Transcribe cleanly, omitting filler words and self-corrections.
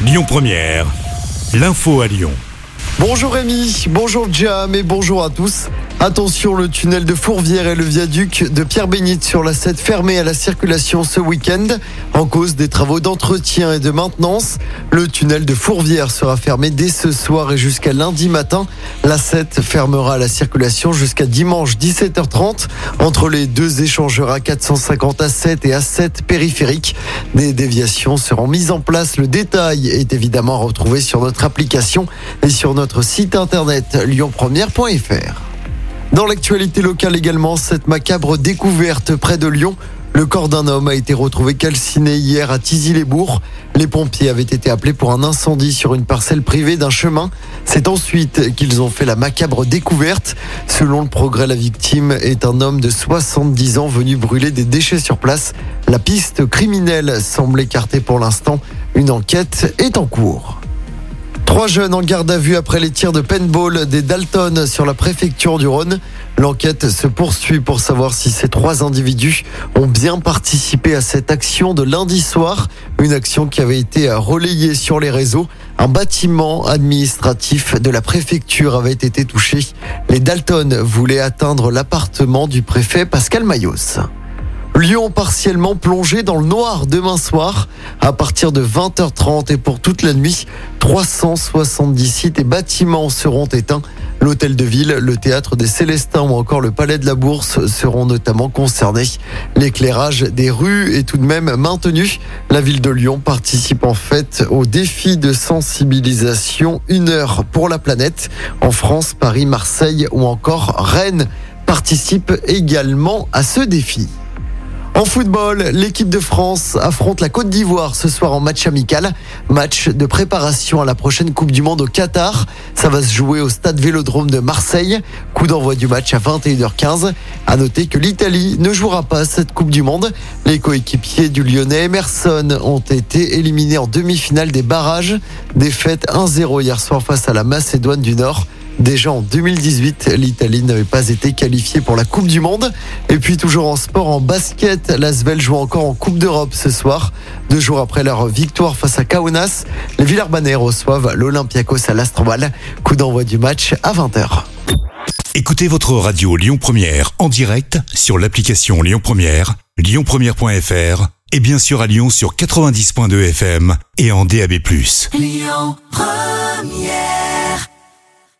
Lyon Première, l'info à Lyon. Bonjour Rémi, bonjour Jam et bonjour à tous. Attention, le tunnel de Fourvière et le viaduc de Pierre-Bénite sur la 7 fermés à la circulation ce week-end en cause des travaux d'entretien et de maintenance. Le tunnel de Fourvière sera fermé dès ce soir et jusqu'à lundi matin. La 7 fermera à la circulation jusqu'à dimanche 17h30 entre les deux échangeurs A450 A7 et A7 périphériques. Des déviations seront mises en place. Le détail est évidemment retrouvé sur notre application et sur notre site internet lyonpremière.fr. Dans l'actualité locale également, cette macabre découverte près de Lyon. Le corps d'un homme a été retrouvé calciné hier à Thizy-les-Bourgs. Les pompiers avaient été appelés pour un incendie sur une parcelle privée d'un chemin. C'est ensuite qu'ils ont fait la macabre découverte. Selon le Progrès, la victime est un homme de 70 ans venu brûler des déchets sur place. La piste criminelle semble écartée pour l'instant. Une enquête est en cours. 3 jeunes en garde à vue après les tirs de paintball des Dalton sur la préfecture du Rhône. L'enquête se poursuit pour savoir si ces 3 individus ont bien participé à cette action de lundi soir. Une action qui avait été relayée sur les réseaux. Un bâtiment administratif de la préfecture avait été touché. Les Dalton voulaient atteindre l'appartement du préfet Pascal Mayos. Lyon partiellement plongé dans le noir demain soir à partir de 20h30 et pour toute la nuit. 370 sites et bâtiments seront éteints. L'hôtel de ville, le théâtre des Célestins ou encore le palais de la Bourse seront notamment concernés. L'éclairage des rues est tout de même maintenu. La ville de Lyon participe en fait au défi de sensibilisation 1 heure pour la planète. En France, Paris, Marseille ou encore Rennes participent également à ce défi. En football, l'équipe de France affronte la Côte d'Ivoire ce soir en match amical. Match de préparation à la prochaine Coupe du Monde au Qatar. Ça va se jouer au stade Vélodrome de Marseille. Coup d'envoi du match à 21h15. À noter que l'Italie ne jouera pas cette Coupe du Monde. Les coéquipiers du Lyonnais Emerson ont été éliminés en demi-finale des barrages. Défaite 1-0 hier soir face à la Macédoine du Nord. Déjà en 2018, l'Italie n'avait pas été qualifiée pour la Coupe du Monde. Et puis toujours en sport, en basket, l'Asvel joue encore en Coupe d'Europe ce soir. 2 jours après leur victoire face à Kaunas, les Villeurbanais reçoivent l'Olympiakos à l'Astrobal. Coup d'envoi du match à 20h. Écoutez votre radio Lyon Première en direct sur l'application Lyon Première, lyonpremière.fr et bien sûr à Lyon sur 90.2 FM et en DAB+. Lyon Première.